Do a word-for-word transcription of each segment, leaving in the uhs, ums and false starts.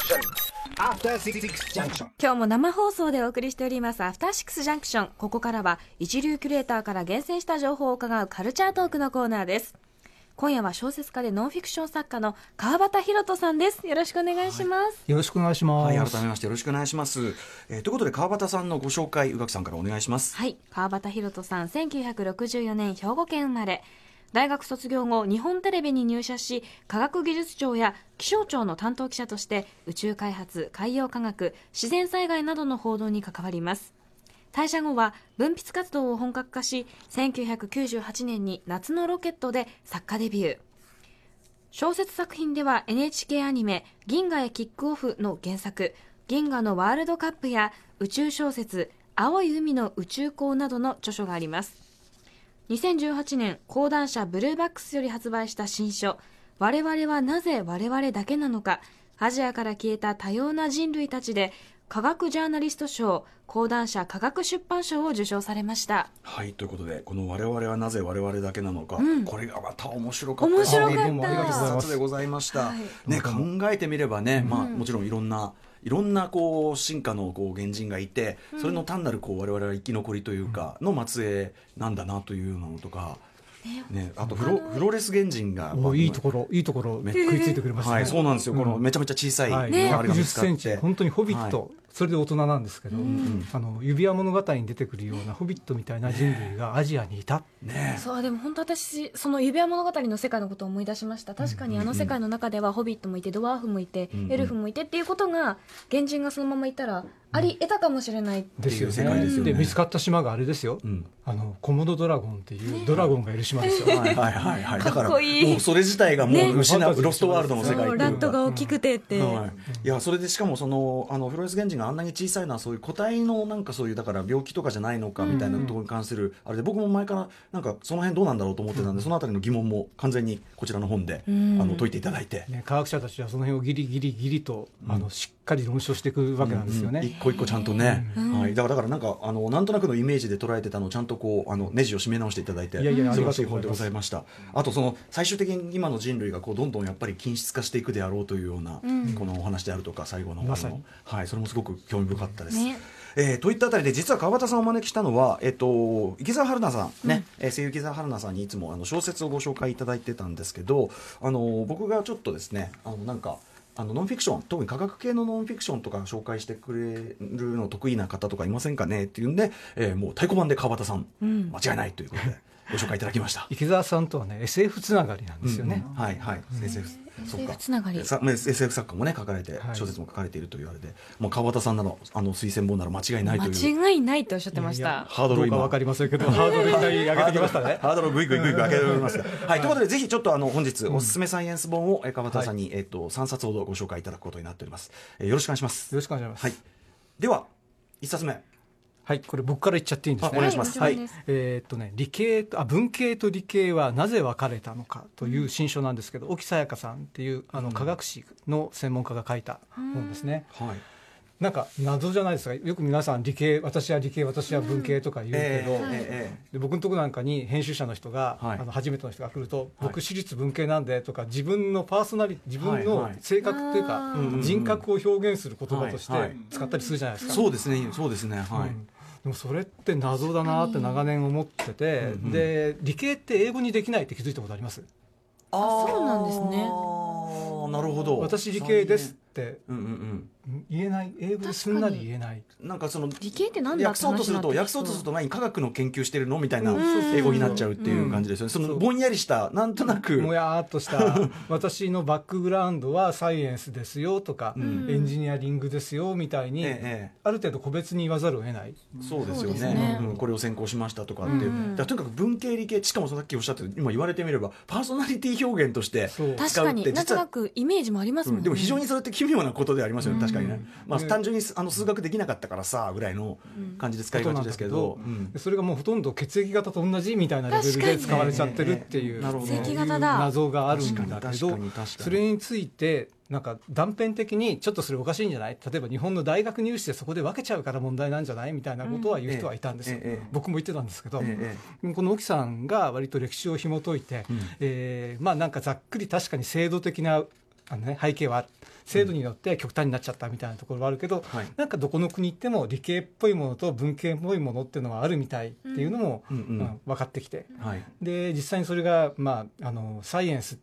今日も生放送でお送りしておりますアフターシックスジャンクション。ここからは一流キュレーターから厳選した情報を伺うカルチャートークのコーナーです。今夜は小説家でノンフィクション作家の川端弘人さんです。よろしくお願いします、はい、 よろしくお願いします、 はい、改めましてよろしくお願いします、えー、ということで川端さんのご紹介宇垣さんからお願いします。 はい、川端弘人さんせんきゅうひゃくろくじゅうよねん兵庫県生まれ。大学卒業後日本テレビに入社し、科学技術庁や気象庁の担当記者として宇宙開発、海洋科学、自然災害などの報道に関わります。退社後は文筆活動を本格化し、せんきゅうひゃくきゅうじゅうはちねんに夏のロケットで作家デビュー。小説作品では エヌエイチケー アニメ銀河へキックオフの原作、銀河のワールドカップや宇宙小説青い海の宇宙港などの著書があります。にせんじゅうはちねん講談社ブルーバックスより発売した新書、我々はなぜ我々だけなのか、アジアから消えた多様な人類たちで科学ジャーナリスト賞、講談社科学出版賞を受賞されました。 はい、ということでこの我々はなぜ我々だけなのか、うん、これがまた面白かった面白かったどうもありがとうございます。一冊でございました、はいね、考えてみればね、まあ、もちろんいろんないろんなこう進化のこう原人がいて、それの単なるこう我々は生き残りというかの末裔なんだなというのとか、ね、あとフ ロ, フロレス原人が、 まあ、いいところいいところ食いついてくれましたね、 はい、そうなんですよ、うん、このめちゃめちゃ小さい、 はいね、あれが見つかってひゃくじゅっセンチ本当にホビット、はい、それで大人なんですけど、うん、あの指輪物語に出てくるようなホビットみたいな人類がアジアにいた、 ね、そうでも本当私その指輪物語の世界のことを思い出しました。確かにあの世界の中ではホビットもいてドワーフもいて、うん、エルフもいてっていうことが原人がそのままいたらあり得たかもしれないっていう世界ですよね。 で見つかった島があれですよ、うん、あのコモドドラゴンっていうドラゴンがいる島ですよ、ね、 はいはいはい、はい、 かっこいい。 だからもうそれ自体がもう失う、ね、ロストワールドの世界っていうラットが大きくてって、うんはい、いやそれでしかもそのあのフロレス原人があんなに小さいのはそういう個体のなんかそういうだから病気とかじゃないのかみたいなところに関するあれで、僕も前からなんかその辺どうなんだろうと思ってたんで、そのあたりの疑問も完全にこちらの本で、うん、あの解いていただいて、 ね、科学者たちはその辺をギリギリギリと、うん、あのしっかり論証していくわけなんですよね、 うんうん、一個一個ちゃんとね、うんはい、だからだからなんかあのなんとなくのイメージで捉えてたのをちゃんとこうあのネジを締め直していただいて、いやいや素晴らしい本でございました。あとその最終的に今の人類がこうどんどんやっぱり均質化していくであろうというような、うん、このお話であるとか最後の、ま、のはい、それもすごく興味深かったです、ねえー、といったあたりで実は川端さんをお招きしたのは、えっと、池澤春菜さんね、うん、声優池澤春菜さんにいつもあの小説をご紹介いただいてたんですけど、あの僕がちょっとですねあのなんかあのノンフィクション、特に科学系のノンフィクションとか紹介してくれるの得意な方とかいませんかねっていうんで、えー、もう太鼓判で川端さん、うん、間違いないということでご紹介いただきました池澤さんとはね エスエフ つながりなんですよね、 うんうん、はいはい、うん、エスエフそっか エスエフ つながりエスエフ 作家もね書かれて、はい、小説も書かれていると言われて、もう川端さんなのあの推薦本なら間違いないという、 間違いないとおっしゃってました。いやいやハードルを今分かりませんけどハードルに上げてきましたねハードルをグイグイグイグイ上げておりますが、はい、ということでぜひちょっとあの本日おすすめサイエンス本を川端さんに、はいえー、とさんさつほどご紹介いただくことになっております、えー、よろしくお願いします。 よろしくお願いします、 はい、ではいっさつめ、 はい、これ僕から言っちゃっていいんですね。 お願いします。はい、 えーっとね、理系とあ文系と理系はなぜ分かれたのかという新書なんですけど、沖さやかさんっていうあの科学史の専門家が書いた本ですね。はい。なんか謎じゃないですか。よく皆さん理系、私は理系、私は文系とか言うけど、えー、で僕のところなんかに編集者の人が、はい、あの初めての人が来ると、はい、僕私立文系なんでとか自分のパーソナリティ、自分の性格というか、はいはい、人格を表現する言葉として使ったりするじゃないですか。 そうですね、そうですね。はい。 うんでもそれって謎だなって長年思ってて、うんうん、で理系って英語にできないって気づいたことあります？ あ、そうなんですね。 なるほど。 私理系ですって言えない、英語ですんなり言えない。 なんかその理系ってなんだ訳そうとすると訳そうとすると何科学の研究してるのみたいな英語になっちゃうっていう感じですよね。そのぼんやりしたなんとなくもやっとした私のバックグラウンドはサイエンスですよとか、うん、エンジニアリングですよみたいに、ええ、ある程度個別に言わざるを得ない。 そうですよね、ねうん、これを専攻しましたとかっていう、うん、だからとにかく文系理系、しかもさっきおっしゃって今言われてみればパーソナリティ表現として使うって確かになんとなくイメージもありますもんね、うん、 でも非常にそれって奇妙なことでありますよね、確かにね、まあ、単純にあの数学できなかったからさぐらいの感じで使いがちですけど、 うん、それがもうほとんど血液型と同じみたいなレベルで使われちゃってるっていう謎があるんだけど、それについてなんか断片的にちょっとそれおかしいんじゃない、例えば日本の大学入試でそこで分けちゃうから問題なんじゃないみたいなことは言う人はいたんですよ、うんええ、僕も言ってたんですけど、ええ、この沖さんが割と歴史を紐解いて、うんえー、まあなんかざっくり確かに制度的なあの、ね、背景は制度によって極端になっちゃったみたいなところはあるけど、うん、なんかどこの国行っても理系っぽいものと文系っぽいものっていうのはあるみたいっていうのも、うんうんうん、分かってきて、はい、で実際にそれが、まあ、あのサイエンスって、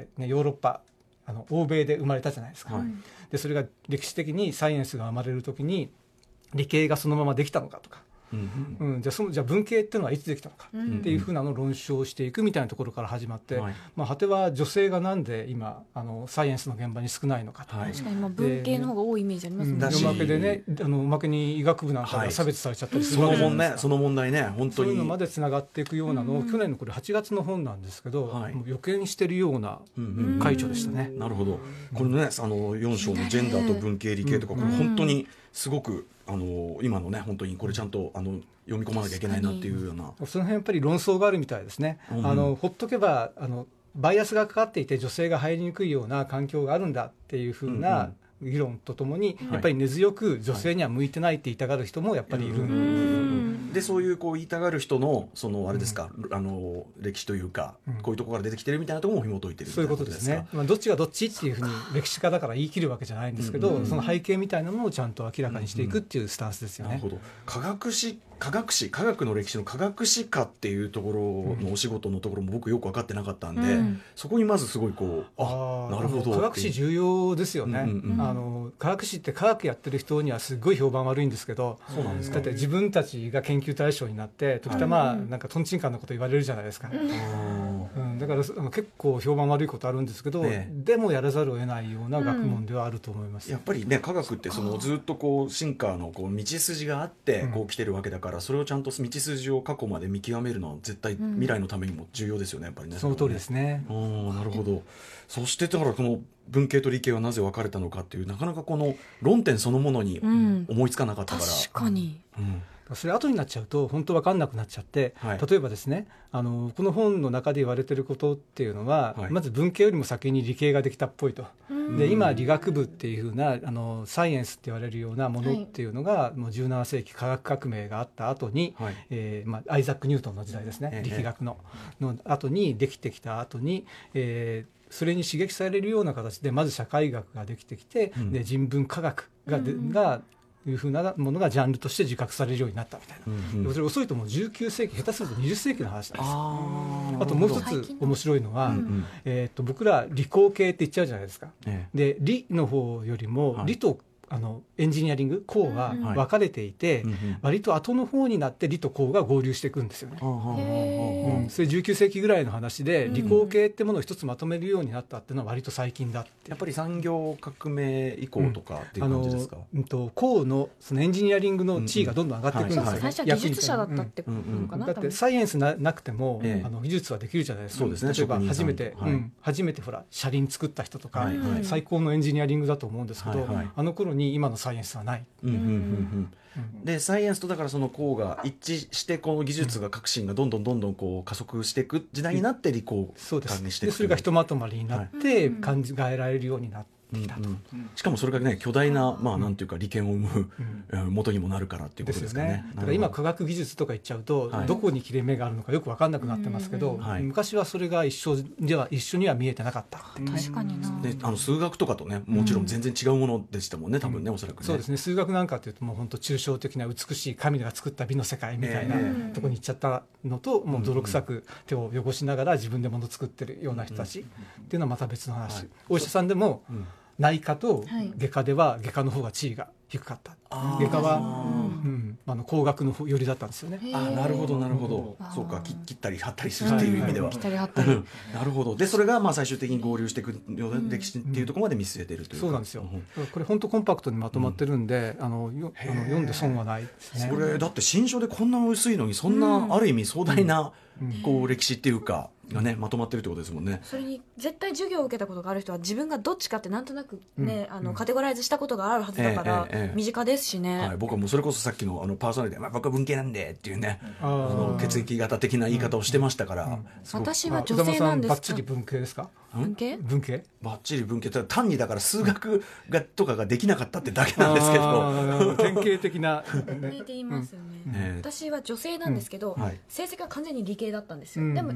ね、ヨーロッパあの欧米で生まれたじゃないですか、はい、でそれが歴史的にサイエンスが生まれるときに理系がそのままできたのかとか、うんうん、じゃあそのじゃあ文系っていうのはいつできたのかっていうふうなのを論証していくみたいなところから始まって、はい、まあ、果ては女性がなんで今あのサイエンスの現場に少ないのかと、 はい、確かに今文系の方が多いイメージありますね。 おまけでね、あのおまけに医学部なんかが差別されちゃったりするわけじゃないですか、 はい、その問題ね、本当にそういうのまでつながっていくようなのを、うん、去年のこれはちがつの本なんですけど、はい、もう予見してるような快挙でしたね、 うんうん、なるほど。このね、あのよん章のジェンダーと文系理系とか、これ本当にすごくあの今のね本当にこれちゃんとあの読み込まなきゃいけないなっていうような、 その辺やっぱり論争があるみたいですね、うん、あのほっとけばあのバイアスがかかっていて女性が入りにくいような環境があるんだっていうふうな議論とともに、うんうん、やっぱり根強く女性には向いてないって言いたがる人もやっぱりいるんです、 うんでそういうこう言いたがる人のそのあれですか、うん、あの歴史というか、うん、こういうところから出てきてるみたいなところも紐解いてるみたいなことですか。 そういうことですね、まあ、どっちがどっちっていうふうに歴史家だから言い切るわけじゃないんですけど、うんうん、その背景みたいなのをちゃんと明らかにしていくっていうスタンスですよね、 うんうん、なるほど。科学史科学史科学の歴史の科学史家っていうところのお仕事のところも僕よく分かってなかったんで、うん、そこにまずすごいこうあなるほど科学史重要ですよね、うんうんうん、あの科学史って科学やってる人にはすごい評判悪いんですけど、 そうなんですか。 だって自分たちが研究対象になって時たまなんかとんちんかんなこと言われるじゃないですか、うん、だから結構評判悪いことあるんですけど、ね、でもやらざるを得ないような学問ではあると思います、 うん、やっぱりね科学ってそのずっとこう進化のこう道筋があってこう来てるわけだから、うん、それをちゃんと道筋を過去まで見極めるのは絶対未来のためにも重要ですよね、やっぱりね。 その通りですね。 あなるほど。そしてだからこの文系と理系はなぜ分かれたのかっていうなかなかこの論点そのものに思いつかなかったから、うん、 確かに、 うんそれ後になっちゃうと本当分かんなくなっちゃって、はい、例えばですねあのこの本の中で言われてることっていうのは、はい、まず文系よりも先に理系ができたっぽいと。で今理学部っていうふうなあのサイエンスって言われるようなものっていうのが、はい、もうじゅうなな世紀科学革命があった後に、はいえーまあ、アイザック・ニュートンの時代ですね、えー、力学の、の後にできてきた後に、えーそれに刺激されるような形でまず社会学ができてきて、うん、で人文科学がで、うん、がいうふうなものがジャンルとして自覚されるようになったみたいな、うんうん、それ遅いともうじゅうきゅう世紀下手するとにじゅっ世紀の話なんですよ。 あ, あともう一つ面白いのは、うんうんえー、と僕ら理工系って言っちゃうじゃないですか、ええ、で理の方よりも理と、はいあのエンジニアリング工は分かれていて、うんうん、割と後の方になって理と工が合流していくんですよね、うん、それじゅうきゅう世紀ぐらいの話で理工系ってものを一つまとめるようになったっていうのは割と最近だって。 やっぱり産業革命以降とかっていう感じですか、 うん、あの、うん、と工 の, そのエンジニアリングの地位がどんどん上がっていくんですよね、うんうんはい、 最初は技術者だったってことかな、 うん、だってサイエンス な, なくても、ええ、あの技術はできるじゃないですか。 そうですね、 例えば初めて、はいうん、初めてほら車輪作った人とか、はいはい、最高のエンジニアリングだと思うんですけど、はいはい、あの頃に今のサイエンスはない、うんうんうんうんでサイエンスとだからその工が一致してこの技術が革新がどんどんどんどんこう加速していく時代になって理工科にしていく、それがひとまとまりになって考えられるようになってできたと、うんうん、 しかもそれがね巨大な、まあ、なんていうか利権を生む、うん、元にもなるからっていうことですかね。 だから今科学技術とか言っちゃうと、はい、どこに切れ目があるのかよく分かんなくなってますけど、うんうん、昔はそれが一緒では一緒には見えてなかった。 確かにな。 であの数学とかとねもちろん全然違うものでしたもんね、うん、多分ねおそらくね。 そうですね、数学なんかっていうともう本当抽象的な美しい神が作った美の世界みたいな、えー、とこに行っちゃったのと、もう泥臭く手を汚しながら自分で物作ってるような人たちっていうのはまた別の話、はい、お医者さんでも、うん内科と外科では外科の方が地位が低かった、はい、外科は、うん、あの工学の寄りだったんですよね。 あなるほどなるほど、そうか切ったり貼ったりするっていう意味では、 切ったり貼ったりなるほど。でそれがまあ最終的に合流していく歴史っていうところまで見据えているというか、 そうなんですよ、うん、これ本当コンパクトにまとまってるんで、うん、あのよあの読んで損はないですね。 それだって新書でこんな薄いのにそんなある意味壮大な、うん、こう歴史っていうかがねまとまってるってことですもんね。 それに絶対授業を受けたことがある人は自分がどっちかってなんとなくね、うん、あのカテゴライズしたことがあるはずだから、ええええ、身近ですしね、 はい、僕はもうそれこそさっき の, あのパーソナリティで、まあ、僕は文系なんでっていうね、あの血液型的な言い方をしてましたから、うんうん、 私は女性なんですか。 バッチリ文系ですか。 文系文系バッチリ文系って単にだから数学がとかができなかったってだけなんですけど典型的なね言いますよね、うん、私は女性なんですけど、うんはい、成績は完全に理系だったんですよ、うん、でも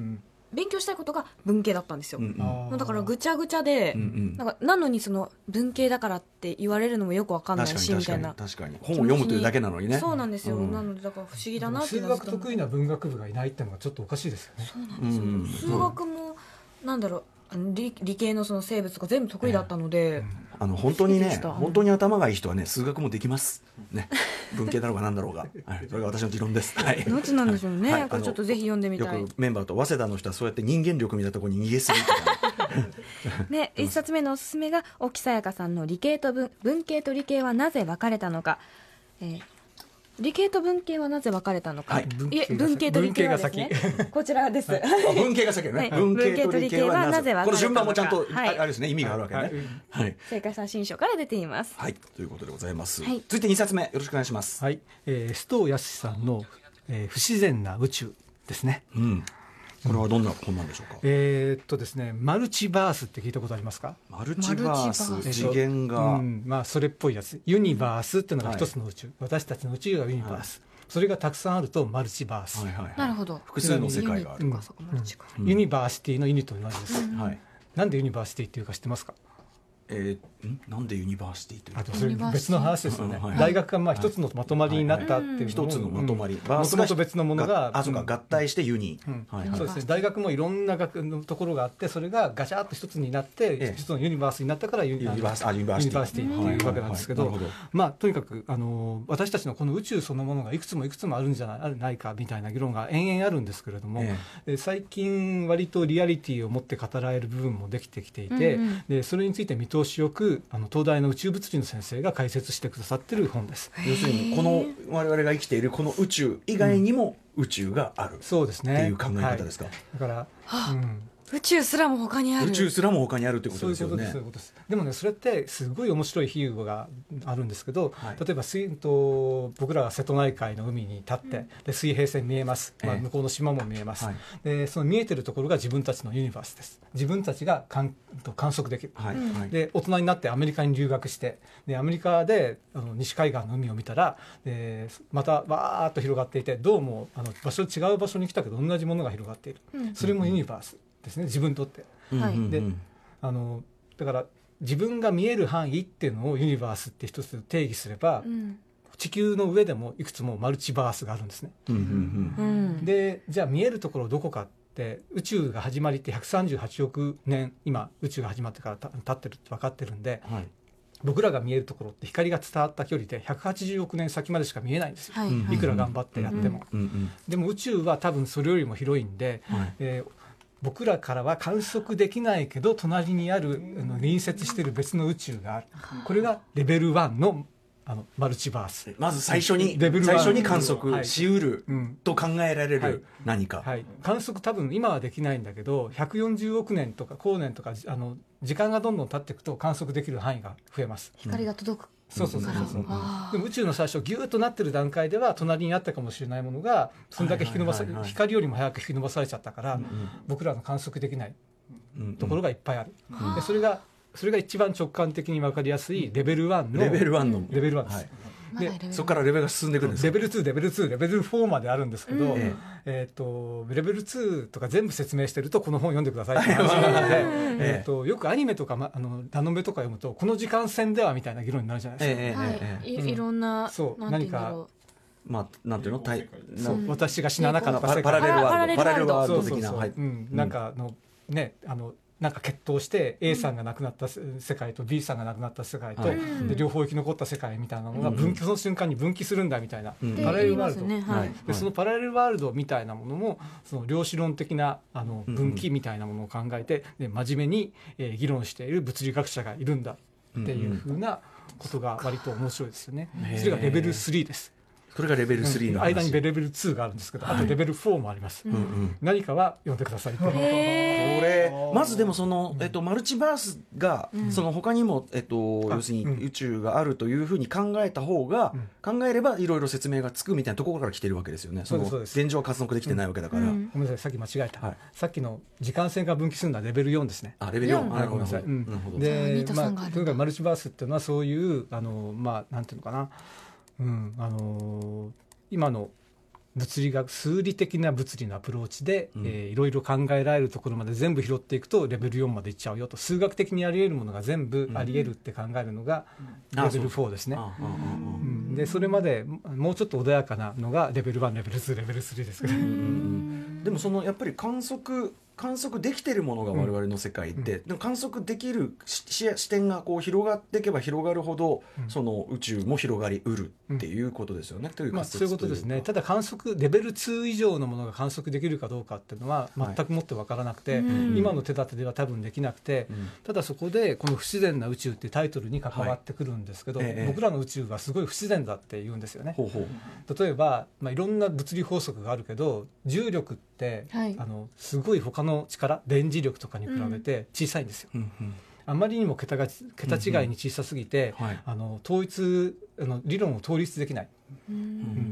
勉強したいことが文系だったんですよ、 うんうん、だからぐちゃぐちゃで、うんうん、なんかなのにその文系だからって言われるのもよくわかんないしみたいな。 確かに本を読むというだけなのにね。 そうなんですよ、うん、なのでだから不思議だなって数学得意な文学部がいないってのがちょっとおかしいですよね。 そうなんですよ、うん、数学もなんだろう理, 理系のその生物とか全部得意だったので、うん、 あの本当にね本当に頭がいい人はね数学もできますね。文系だろうが何だろうが、はい、それが私の持論です。はい、 どっちなんでしょうね、はい、これちょっとぜひ読んでみたい。 よくメンバーと早稲田の人はそうやって人間力みたいなところに逃げすぎとかね、一冊目のおすすめが沖さやかさんの理系と 文, 文系と理系はなぜ分かれたのか、えー理系と文系はなぜ分かれたのか、はい、いえ文系と理系はですねこちらです、はい、 文系が先ね、はい、文系と理系はなぜ分かれたのか、この順番もちゃんと、はい、あれですね、意味があるわけね、はいはい、正解さん新書から出ています。 はいということでございます、はい、続いてにさつめよろしくお願いします。 はい、えー、須藤康さんの、えー、不自然な宇宙ですね、うん、 これはどんな本なんでしょうか。 えー、っとですねマルチバースって聞いたことありますか。 マルチバース、次元が、 うんまあ、それっぽいやつ。ユニバースっていうのが一つの宇宙、はい、私たちの宇宙がユニバース、はい、それがたくさんあるとマルチバース、はいはいはい、 なるほど。 複数の世界がある、うんうん、ユニバーシティのユニと同じです、うんはい、なんでユニバーシティっていうか知ってますか。 えー、んなんでユニバーシティというあとそれ別の話ですよね、はい、大学がまあ一つのまとまりになったっていう一つのまとまり、 もともと別のものがあそうか合体してユニ、 うんはいはい、そうですね。大学もいろんな学のところがあってそれがガチャッと一つになって一つのユニバースになったからユニバーシティっていうわけなんですけど、はいはいはい、まあとにかくあの私たちのこの宇宙そのものがいくつもいくつもあるんじゃない、ないかみたいな議論が延々あるんですけれども、ええ、最近割とリアリティを持って語られる部分もできてきていて、うんうん、でそれについて見通しよくあの東大の宇宙物理の先生が解説してくださってる本です。 要するにこの我々が生きているこの宇宙以外にも宇宙がある、うん、 そうですねっていう考え方ですか、 はい、だから、 はあうん宇宙すらも他にある宇宙すらも他にあるってことですよね。 そういうことです、そういうことです。でもねそれってすごい面白い比喩があるんですけど、はい、例えば水と僕らは瀬戸内海の海に立って、うん、で水平線見えます、まあ、向こうの島も見えます、はい、でその見えてるところが自分たちのユニバースです。自分たちが観観測できる、はいはい、で大人になってアメリカに留学してでアメリカであの西海岸の海を見たらでまたわーっと広がっていてどうもあの場所違う場所に来たけど同じものが広がっている、うん、それもユニバースですね、自分にとって、はい、であのだから自分が見える範囲っていうのをユニバースって一つ定義すれば、うん、地球の上でもいくつもマルチバースがあるんですね、うんうんうん、でじゃあ見えるところどこかって宇宙が始まりってひゃくさんじゅうはちおくねん今宇宙が始まってから経ってるって分かってるんで、はい、僕らが見えるところって光が伝わった距離でひゃくはちじゅうおくねん先までしか見えないんですよ、はい、いくら頑張ってやっても、うんうん、でも宇宙は多分それよりも広いんで、はいえー僕らからは観測できないけど隣にあるあの隣接している別の宇宙がある。これがレベルいちのあのマルチバース。 まず最初に最初に観測しうると考えられる何か、 はいはい、観測多分今はできないんだけどひゃくよんじゅうおくねんとか光年とかあの時間がどんどん経っていくと観測できる範囲が増えます。 光が届く、 そうそうそうそう、うん、でも宇宙の最初ギューッとなってる段階では隣にあったかもしれないものがそれだけ引き伸ばさ、はいはいはいはい、光よりも早く引き伸ばされちゃったから、うんうん、僕らの観測できないところがいっぱいある、うんうん、でそれがそれが一番直感的に分かりやすいレベルいちのレベルいちのレベルいちです、はいでそこからレベルが進んでいくんですか。 レベルに、レベルに、レベルよんまであるんですけど、うんえー、とレベルにとか全部説明してるとこの本読んでくださいって話なので、えー、とよくアニメとか、ま、あのラノベとか読むとこの時間線ではみたいな議論になるじゃないですか、 えーはいえー、い, いろんな、 うん、そう何かまあ、なんていうのたいの私が死ななかった世界パラレルワールドパラレルワールド的ななんかのねあのなんか決闘して A さんが亡くなった世界と B さんが亡くなった世界と、はい、で両方生き残った世界みたいなのが分岐、うん、その瞬間に分岐するんだみたいな、うん、パラレルワールド、ねはい、でそのパラレルワールドみたいなものもその量子論的なあの分岐みたいなものを考えてで真面目に、えー、議論している物理学者がいるんだっていうふうなことが割と面白いですよね。それがレベルスリーです。 それがレベルスリーの話、 間にレベルにがあるんですけど、はい、あとレベルよんもあります、うんうん、何かは読んでください。これまずでもその、えっと、マルチバースが、うん、その他にも、えっと、要するに宇宙があるというふうに考えた方が、うん、考えればいろいろ説明がつくみたいなところから来てるわけですよね。その現状は観測できてないわけだから、うんうん、 ごめんなさいさっき間違えた、はい、さっきの時間線が分岐するのはレベルよんですね。 あレベルよん、 はい、ごめんなさい、うん、で、まあ、とにかくマルチバースっていうのはそういうあの、まあ、なんていうのかな、うんあの今の物理学数理的な物理のアプローチで、うんえー、いろいろ考えられるところまで全部拾っていくとレベルよんまでいっちゃうよと、数学的にあり得るものが全部あり得るって考えるのがレベルフォーですね。でそれまでもうちょっと穏やかなのがレベルワンレベルツーレベルスリーですけど、うんうん、 でもそのやっぱり観測観測できてるものが我々の世界で、うん、でも観測できる視点がこう広がっていけば広がるほど、うん、その宇宙も広がりうるっていうことですよね、うん、というまあ、そういうことですね。ただ観測レベルツー以上のものが観測できるかどうかっていうのは全くもって分からなくて、はい、今の手立てでは多分できなくて、うん、ただそこでこの不自然な宇宙っていうタイトルに関わってくるんですけど、はい、僕らの宇宙はすごい不自然だって言うんですよね。ほうほう。例えば、まあ、いろんな物理法則があるけど重力って、はい、あのすごい他の力電磁力とかに比べて小さいんですよ、うんうん、あまりにも桁が桁違いに小さすぎて、うんうんはい、あの統一あの理論を統一できない、うん、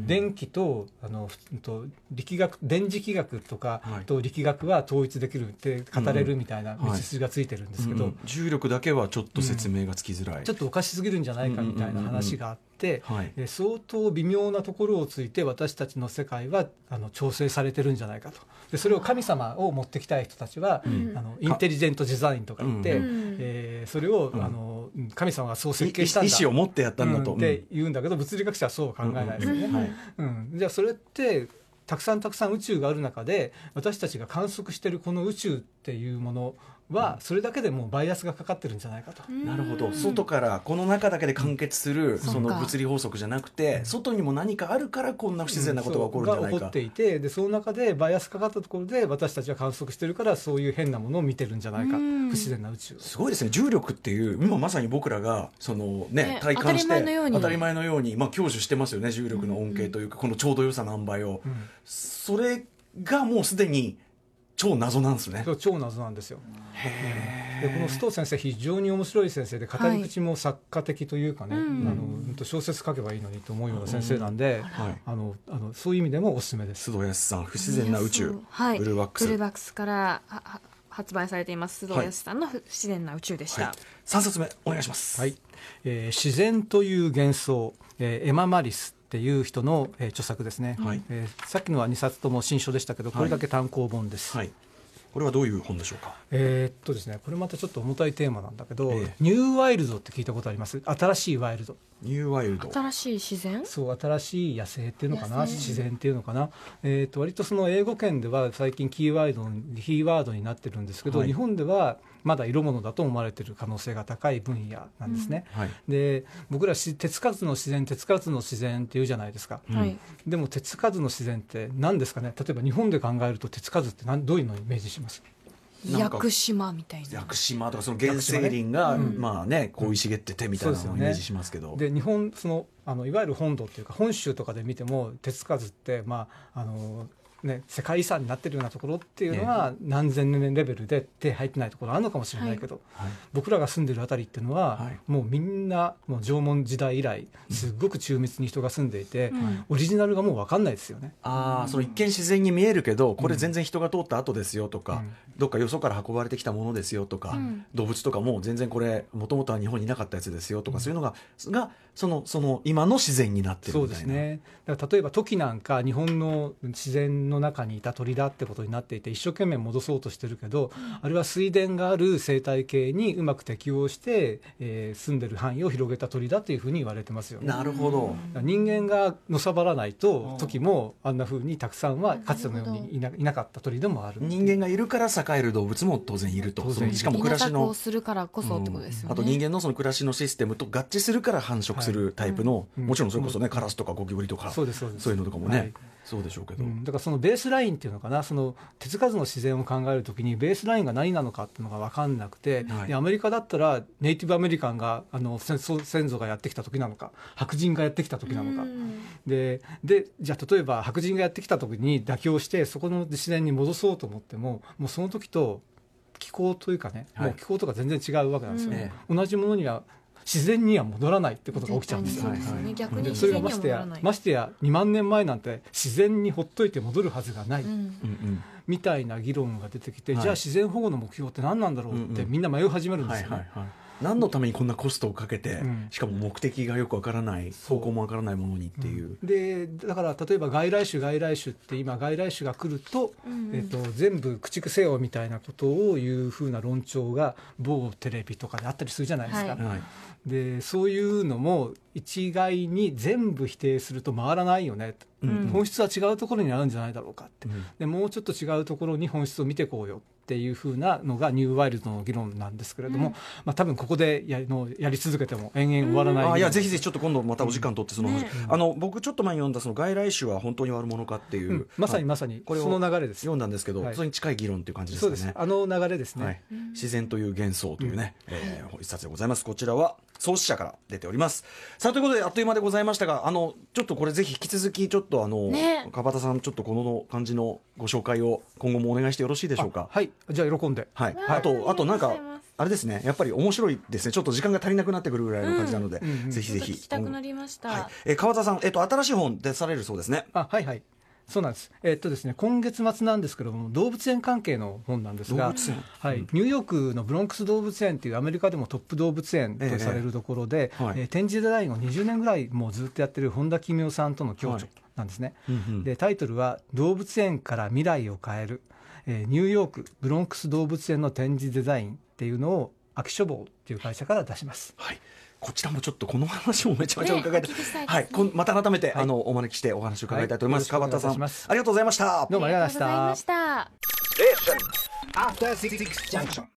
電気とあのと力学電磁気学とかと力学は統一できるって語れるみたいな道筋がついてるんですけど、うんはいうん、 重力だけはちょっと説明がつきづらい、うん、 ちょっとおかしすぎるんじゃないかみたいな話があって、うんうんうんうんはい、相当微妙なところをついて私たちの世界はあの調整されてるんじゃないかと。でそれを神様を持ってきたい人たちは、うん、あのインテリジェントデザインとか言って、うんえー、それを、うん、あの神様がそう設計したんだ、 意思を持ってやったんだと、 うん、って言うんだけど物理学者はそうは考えないですよね、うんはいうん、じゃあそれってたくさんたくさん宇宙がある中で私たちが観測しているこの宇宙っていうものはそれだけでもうバイアスがかかってるんじゃないかと。 なるほど。外からこの中だけで完結するその物理法則じゃなくて、外にも何かあるからこんな不自然なことが起こるんじゃないか、 うん、が起こっていて、でその中でバイアスかかったところで私たちは観測してるからそういう変なものを見てるんじゃないか、不自然な宇宙。 すごいですね。重力っていう今まさに僕らがその、ね、体感して当たり前のように、当たり前のように、まあ、享受してますよね。重力の恩恵というか、このちょうど良さの塩梅を、うん、それがもうすでに超謎なんですね。 そう超謎なんですよ。へでこの須藤先生非常に面白い先生で語り口も作家的というかね、はい、あの小説書けばいいのにと思うような先生なんで、うんはい、あのあのそういう意味でもおすすめです。 須藤康さん不自然な宇宙、はい、ブルーバックスブルーバックスから発売されています須藤康さんの不自然な宇宙でした、はい、 さんさつめお願いします、 はいえー、自然という幻想、えー、エマ・マリスっていう人の、えー、著作ですね、はいえー、さっきのはにさつとも新書でしたけどこれだけ単行本です、はいはい、 これはどういう本でしょうか。 えー、っとですねこれまたちょっと重たいテーマなんだけど、えー、ニューワイルドって聞いたことあります？新しいワイルド。 ニューワイルド、 新しい自然。 そう新しい野生っていうのかな、自然っていうのかな、えー、っと割とその英語圏では最近キーワードキーワードになってるんですけど、はい、日本ではまだ色物だと思われている可能性が高い分野なんですね、うんはい、で僕ら手つかずの自然手つかずの自然っていうじゃないですか、はい、でも手つかずの自然って何ですかね。例えば日本で考えると手つかずって何どういうのをイメージします？ 屋久島みたいな。 屋久島とかその原生林が、ねうんまあね、こう生い茂っててみたいなのをイメージしますけど、 で日本そのあのいわゆる本土っていうか本州とかで見ても手つかずって、まああのね、世界遺産になってるようなところっていうのは何千年レベルで手入ってないところあるのかもしれないけど、はい、僕らが住んでるあたりっていうのは、はい、もうみんなもう縄文時代以来すごく緻密に人が住んでいて、うん、オリジナルがもう分かんないですよね。 あその一見自然に見えるけどこれ全然人が通った後ですよとか、うん、どっかよそから運ばれてきたものですよとか、うん、動物とかも全然これもともとは日本にいなかったやつですよとか、うん、そういうのががそのその今の自然になってるみたいな。 そうですね。だから例えばトキなんか日本の自然の中にいた鳥だってことになっていて一生懸命戻そうとしてるけど、うん、あれは水田がある生態系にうまく適応して、えー、住んでる範囲を広げた鳥だというふうに言われてますよね。 なるほど。 人間がのさばらないと時もあんなふうにたくさんはかつてのようにい な, いなかった鳥でもある。 人間がいるから栄える動物も当然いると。当然しかも暮らしのするからこそってことですよね、 うん、あと人間のその暮らしのシステムと合致するから繁殖するタイプの、はいうん、もちろんそれこそね、うん、カラスとかゴキブリとか、 そうですそうです、 そういうのとかもね、 はいそうでしょうけど、うん、 だからそのベースラインっていうのかな、その手つかずの自然を考えるときにベースラインが何なのかっていうのが分かんなくて、はい、でアメリカだったらネイティブアメリカンがあの先祖がやってきた時なのか白人がやってきた時なのか、ででじゃあ例えば白人がやってきた時に妥協してそこの自然に戻そうと思ってももうその時と気候というかね、はい、もう気候とか全然違うわけなんですよ、ね、うん、同じものには自然には戻らないってことが起きちゃうんですよ。 逆にそれがましてやましてやにまんねんまえなんて自然にほっといて戻るはずがない、うん、みたいな議論が出てきて、はい、じゃあ自然保護の目標って何なんだろうってみんな迷い始めるんですよね、はいはいはい、 何のためにこんなコストをかけて、うん、しかも目的がよくわからない方向もわからないものにっていう、 うん、でだから例えば外来種外来種って今外来種が来ると、うんえっと、全部駆逐せよみたいなことを言うふうな論調が某テレビとかであったりするじゃないですか、はい、でそういうのも一概に全部否定すると回らないよね、うん、本質は違うところにあるんじゃないだろうかって、うん、でもうちょっと違うところに本質を見ていこうよっていう風なのがニューワイルドの議論なんですけれども、うんまあ、多分ここで や, のやり続けても延々終わらない、うん、 あいやぜひぜひちょっと今度またお時間取ってその、うんね、あの僕ちょっと前に読んだその外来種は本当に悪者かっていう、うん、 まさにまさにこれその流れです読んだんですけど、はい、それに近い議論っていう感じですかね。 そうですあの流れですね、はい、 自然という幻想というね、うんえー、一冊でございます。こちらは創始者から出ております。さあということであっという間でございましたが、あのちょっとこれぜひ引き続きちょっとあの、ね、川端さんちょっとこの感じのご紹介を今後もお願いしてよろしいでしょうか。 はいじゃあ喜んで、 はい、あとあとなんかあれですねやっぱり面白いですね。ちょっと時間が足りなくなってくるぐらいの感じなので、うん、ぜひぜひ聞きたくなりました、 はいえー、川端さん、えー、と新しい本出されるそうですね。 あはいはいそうなんです。えーっとですね、今月末なんですけども動物園関係の本なんですが、はい、ニューヨークのブロンクス動物園というアメリカでもトップ動物園とされるところで、えーはいえー、展示デザインをにじゅうねんぐらいもうずっとやってる本田公夫さんとの共著なんですね、はいうんうん、でタイトルは動物園から未来を変える、えー、ニューヨークブロンクス動物園の展示デザインっていうのを秋書房という会社から出します。 はいこちらもちょっとこの話もめちゃめちゃ伺いたい、ねねはい、また改めて、はい、あのお招きしてお話を伺いたいと思います、はい、川端さんありがとうございました。 どうもありがとうございました。